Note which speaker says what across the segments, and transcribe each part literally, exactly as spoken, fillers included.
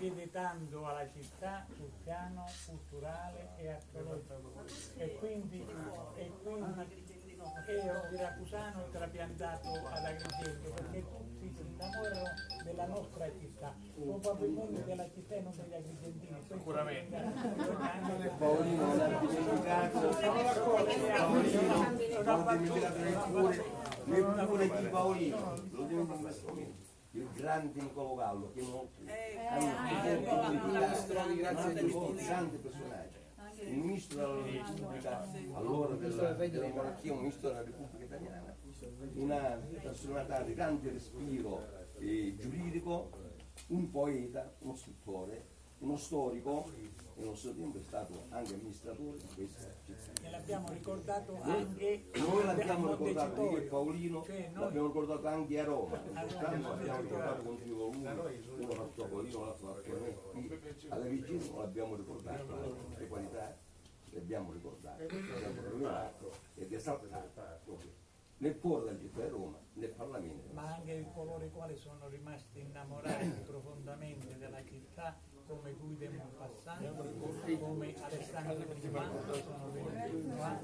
Speaker 1: chiede tanto alla città sul piano culturale e archeologico, e quindi, e quindi io siracusano e trapiantato ad Agrigento, perché tutti si innamorano della nostra città, probabilmente della città e non degli agrigentini. Sicuramente.
Speaker 2: Paolino non ha dimenticato, neppure di Paolino, lo dimentico, il grande Niccolo Gallo, che non un grande personaggio. Il ministro della Repubblica, allora della, della monarchia, un ministro della Repubblica Italiana, una personalità di grande respiro eh, giuridico, un poeta, uno scrittore, uno storico, e allo stesso tempo è stato anche amministratore di questa città.
Speaker 1: E l'abbiamo ricordato anche
Speaker 2: Noi l'abbiamo ricordato io e Paolino,
Speaker 1: cioè
Speaker 2: l'abbiamo ricordato anche a Roma, l'abbiamo ricordato con Dio uno, uno fatto a Paolino, l'altro fatto a me, qui alla Vigina non l'abbiamo ricordato, le qualità le abbiamo ricordate, le abbiamo rilevato ed esaltato nel cuore della città di Roma, nel Parlamento.
Speaker 1: Ma anche di coloro i quali sono rimasti innamorati profondamente della città, come Guido de Maupassant, come Alessandro Prima, sono venuti qua,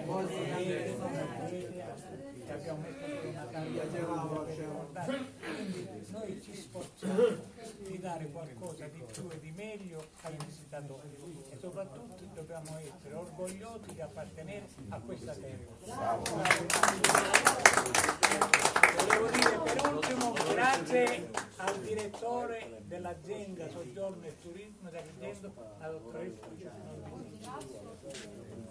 Speaker 1: che abbiamo messo per una carta. Quindi noi ci sforziamo di dare qualcosa di più e di meglio ai visitatori e soprattutto dobbiamo essere orgogliosi di appartenere a questa terra. Volevo dire per ultimo grazie al direttore dell'azienda Soggiorno e Turismo di Agrigento, la dottoressa Luciana.